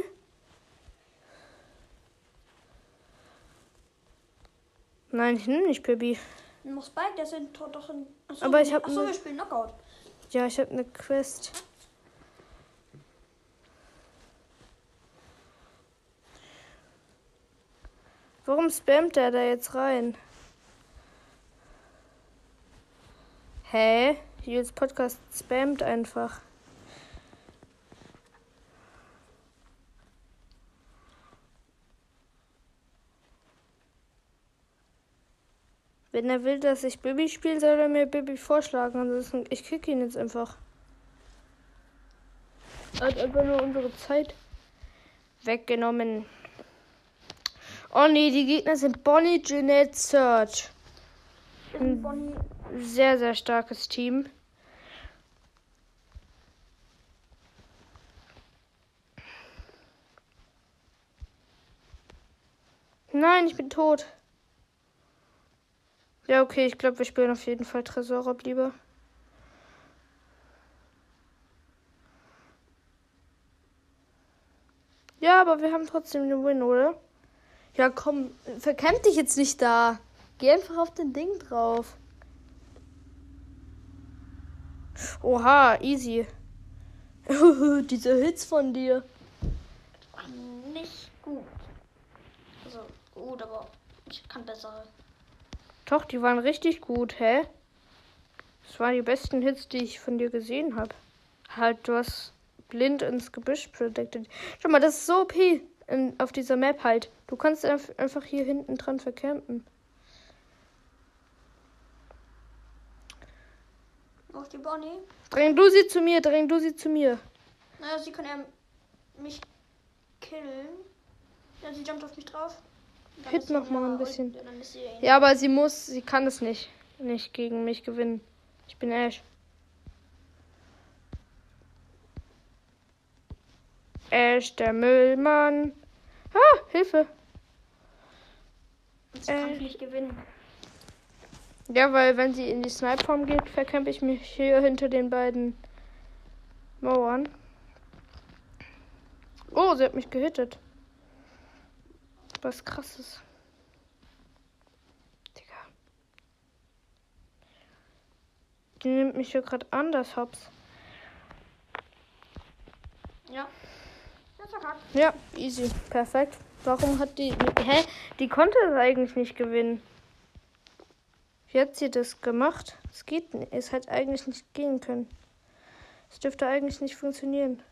Nein, ich nehme nicht Bibi. Noch Spike, der sind doch in... Achso, Aber ich hab achso ne- wir spielen Knockout. Ja, ich habe eine Quest. Warum spammt der da jetzt rein? Hä? Jules Podcast spammt einfach. Wenn er will, dass ich Bibi spiele, soll er mir Bibi vorschlagen. Ansonsten, ich kick ihn jetzt einfach. Er hat einfach nur unsere Zeit weggenommen. Oh nee, die Gegner sind Bonnie, Jeanette, Search. Ist Bonnie. Sehr, sehr starkes Team. Nein, ich bin tot. Ja, okay, ich glaube, wir spielen auf jeden Fall Tresorraub lieber. Ja, aber wir haben trotzdem den Win, oder? Ja, komm, verkämpf dich jetzt nicht da. Geh einfach auf den Ding drauf. Oha, easy. Diese Hits von dir. Nicht gut. Also gut, aber ich kann bessere. Doch, die waren richtig gut, hä? Das waren die besten Hits, die ich von dir gesehen habe. Halt, du hast blind ins Gebüsch predicted. Schau mal, das ist so O P in, auf dieser Map halt. Du kannst einf- einfach hier hinten dran vercampen. Auf die Bonnie. Dräng du sie zu mir, dräng du sie zu mir. Naja, sie kann ja mich killen. Ja, sie jumpt auf mich drauf. Dann Hit ist sie noch mal ja- ein bisschen. Dann ist sie ja Ja, aber sie muss, sie kann es nicht. Nicht gegen mich gewinnen. Ich bin Ash. Ash, der Müllmann. Ah, Hilfe. Und sie kann Äh. nicht gewinnen. Ja, weil wenn sie in die Snipe-Form geht, verkämpfe ich mich hier hinter den beiden Mauern. Oh, sie hat mich gehittet. Was krasses. Digga. Die nimmt mich hier gerade anders hops. Ja. Ja, verkackt. Ja, easy. Perfekt. Warum hat die... Hä? Die konnte es eigentlich nicht gewinnen. Wie hat sie das gemacht? Es geht nicht. Es hätte eigentlich nicht gehen können. Es dürfte eigentlich nicht funktionieren.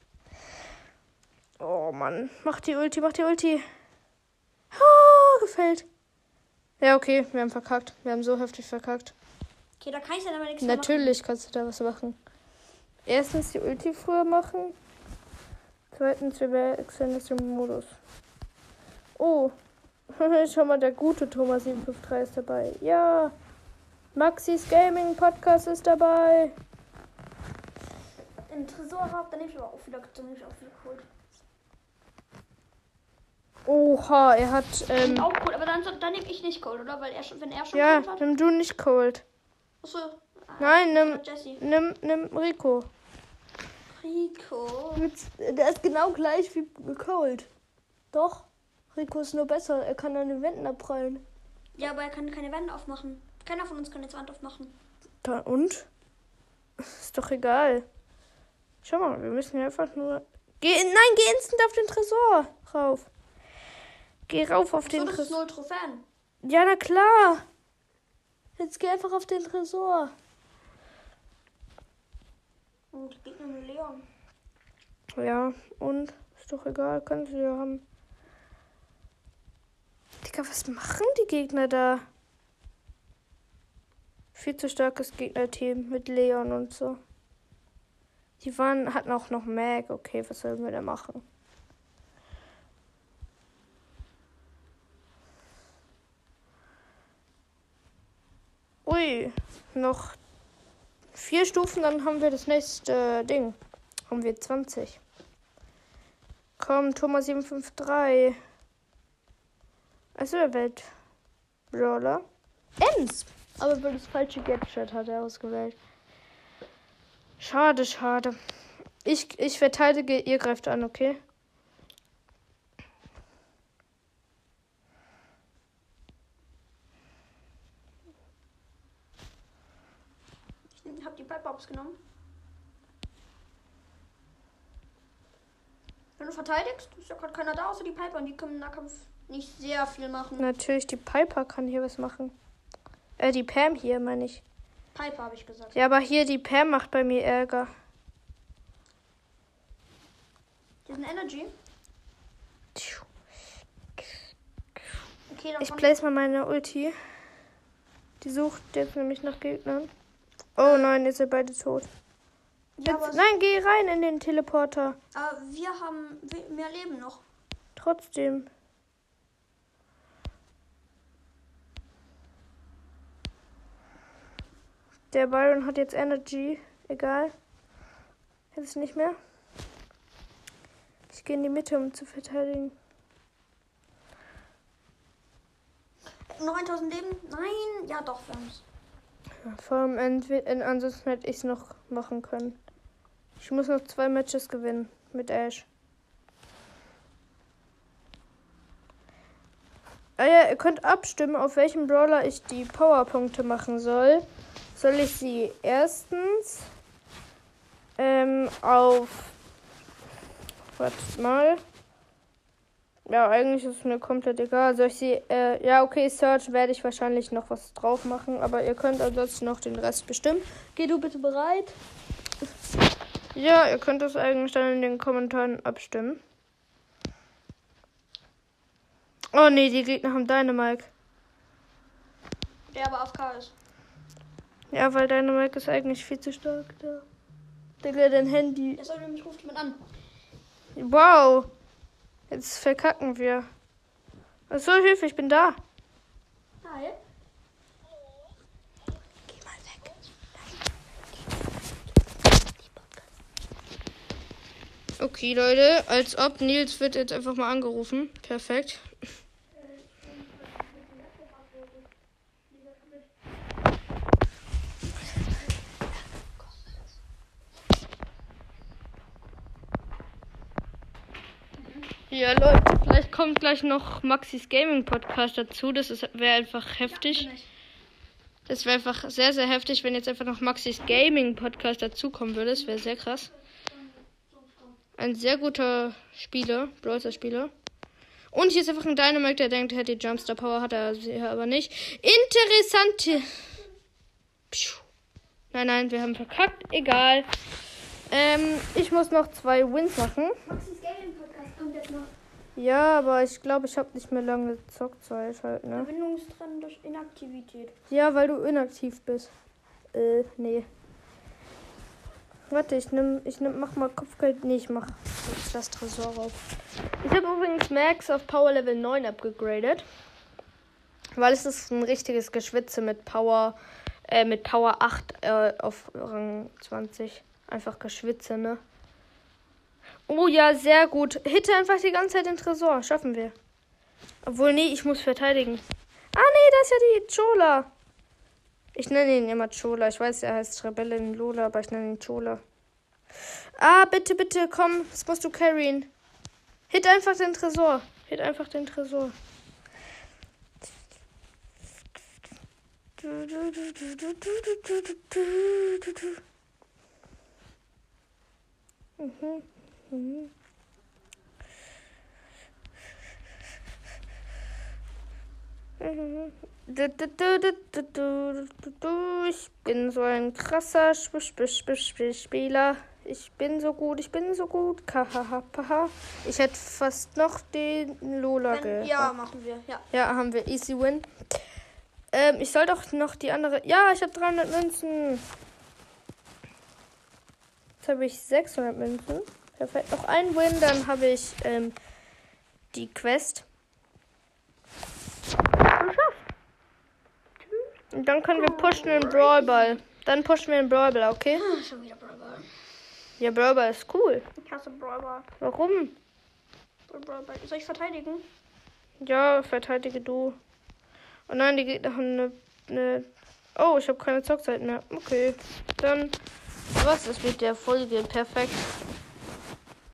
Oh Mann. Mach die Ulti, mach die Ulti. Oh, gefällt. Ja, okay. Wir haben verkackt. Wir haben so heftig verkackt. Okay, da kann ich dann aber nichts mehr machen. Natürlich kannst du da was machen. Erstens die Ulti früher machen. Zweitens, wir wechseln jetzt den Modus. Oh. Schau mal, der gute Thomas sieben fünf drei ist dabei. Ja. Maxis Gaming Podcast ist dabei. Im Tresorraub, dann nehme ich aber auch wieder, dann nehme ich auch wieder Cold. Oha, er hat. Ähm, Auch Cold, aber dann, dann nehme ich nicht Cold, oder? Weil er schon, wenn er schon ja, Cold hat. nimm du nicht Cold. Achso. Ah, Nein, nimm, Jesse. nimm, nimm Rico. Rico. Der ist genau gleich wie Cold. Doch. Rico ist nur besser. Er kann an den Wänden abprallen. Ja, aber er kann keine Wände aufmachen. Keiner von uns kann jetzt Wand aufmachen. Da, und? Ist doch egal. Schau mal, wir müssen hier einfach nur... Geh, nein, geh instant auf den Tresor rauf. Geh rauf auf So, den das ist Tresor. null Trophäen. Ja, na klar. Jetzt geh einfach auf den Tresor. Und Gegner mit Leon. Ja, und? Ist doch egal, können sie ja haben. Digga, was machen die Gegner da? Viel zu starkes Gegnerteam mit Leon und so. Die waren, hatten auch noch Mag. Okay, was sollen wir da machen? Ui, noch vier Stufen, dann haben wir das nächste Ding. Haben wir zwanzig. Komm, Thomas sieben fünf drei. Also der Welt. Brawler. Ems. Aber weil das falsche Gadget hat er ausgewählt. Schade, schade. Ich, ich verteidige, ihr greift an, okay? Ich hab die Pipe-Box genommen. Wenn du verteidigst, ist ja gerade keiner da, außer die Piper. Und die können im Nahkampf nicht sehr viel machen. Natürlich, die Piper kann hier was machen. Äh, die Pam hier, meine ich. Piper, habe ich gesagt. Ja, aber hier, die Pam macht bei mir Ärger. Diesen Energy. Okay, dann Ich kann place mal meine Ulti. Die sucht jetzt nämlich nach Gegnern. Oh nein, ihr seid beide tot. ja, Jetzt, aber, es- nein, geh rein in den Teleporter. aber wir haben we- mehr Leben noch. Trotzdem. Der Byron hat jetzt Energy. Egal. Jetzt nicht mehr. Ich gehe in die Mitte, um zu verteidigen. Noch tausend Leben? Nein. Ja, doch, wir haben's. Vor allem, entweder, ansonsten hätte ich es noch machen können. Ich muss noch zwei Matches gewinnen mit Ash. Ah ja, ihr könnt abstimmen, auf welchen Brawler ich die Powerpunkte machen soll. Soll ich sie erstens ähm, auf... Warte mal. Ja, eigentlich ist es mir komplett egal. Soll ich sie... Äh, ja, okay, Search werde ich wahrscheinlich noch was drauf machen. Aber ihr könnt ansonsten noch den Rest bestimmen. Geh du bitte bereit? Ja, ihr könnt das eigentlich dann in den Kommentaren abstimmen. Oh nee, die Gegner haben Dynamike. Der aber auf K ist. Ja, weil Dynamike ist eigentlich viel zu stark da. Digga, dein Handy. Der soll nämlich ruft jemand an. Wow. Jetzt verkacken wir. Achso, Hilfe, ich bin da. Hi. Geh mal weg. Okay, Leute, als ob Nils wird jetzt einfach mal angerufen. Perfekt. Ja, Leute, vielleicht kommt gleich noch Maxis Gaming Podcast dazu. Das wäre einfach heftig. Ja, das wäre einfach sehr, sehr heftig, wenn jetzt einfach noch Maxis Gaming Podcast dazukommen würde. Das wäre sehr krass. Ein sehr guter Spieler, Brawler Spieler. Und hier ist einfach ein Dynamite, der denkt, er hätte die Jumpstar Power, hat er aber nicht. Interessante. Pschuh. Nein, nein, wir haben verkackt. Egal. Ähm, ich muss noch zwei Wins machen. Maxis Gaming Podcast kommt jetzt noch. Ja, aber ich glaube, ich habe nicht mehr lange Zockzeit halt, ne? Verbindungstrennung durch Inaktivität. Ja, weil du inaktiv bist. Äh, nee. Warte, ich nimm, ich nimm, mach mal Kopfgeld. Nee, ich mach jetzt das Tresor auf. Ich habe übrigens Max auf Power Level neun abgegradet. Weil es ist ein richtiges Geschwitze mit Power, äh, mit Power acht äh, auf Rang zwanzig. Einfach Geschwitze, ne? Oh ja, sehr gut. Hitte einfach die ganze Zeit den Tresor. Schaffen wir. Obwohl, nee, ich muss verteidigen. Ah, nee, das ist ja die Chola. Ich nenne ihn immer Chola. Ich weiß, er heißt Rebellin Lola, aber ich nenne ihn Chola. Ah, bitte, bitte, komm. Das musst du carryen. Hit einfach den Tresor. Hit einfach den Tresor. Mhm. Mhm. Ich bin so ein krasser Sp Sp Sp Sp Spieler. Ich bin so gut, ich bin so gut. Kahahaha. Ich hätte fast noch den Lola gehabt. Ja, machen wir. Ja. Ja, haben wir. Easy win. Ähm, ich soll doch noch die andere... Ja, ich habe dreihundert Münzen. Jetzt habe ich sechshundert Münzen. Perfekt. Noch ein Win, dann habe ich ähm, die Quest. Und dann können wir pushen in Brawl Ball. Dann pushen wir in Brawl Ball, okay? Ah, schon wieder Brawl Ball. Ja, Brawl Ball ist cool. Ich hasse Brawl Ball. Warum? Brawl Ball. Soll ich verteidigen? Ja, verteidige du. Oh nein, die Gegner haben eine... eine oh, ich habe keine Zockzeit mehr. Okay, dann... Was ist mit der Folge? Perfekt.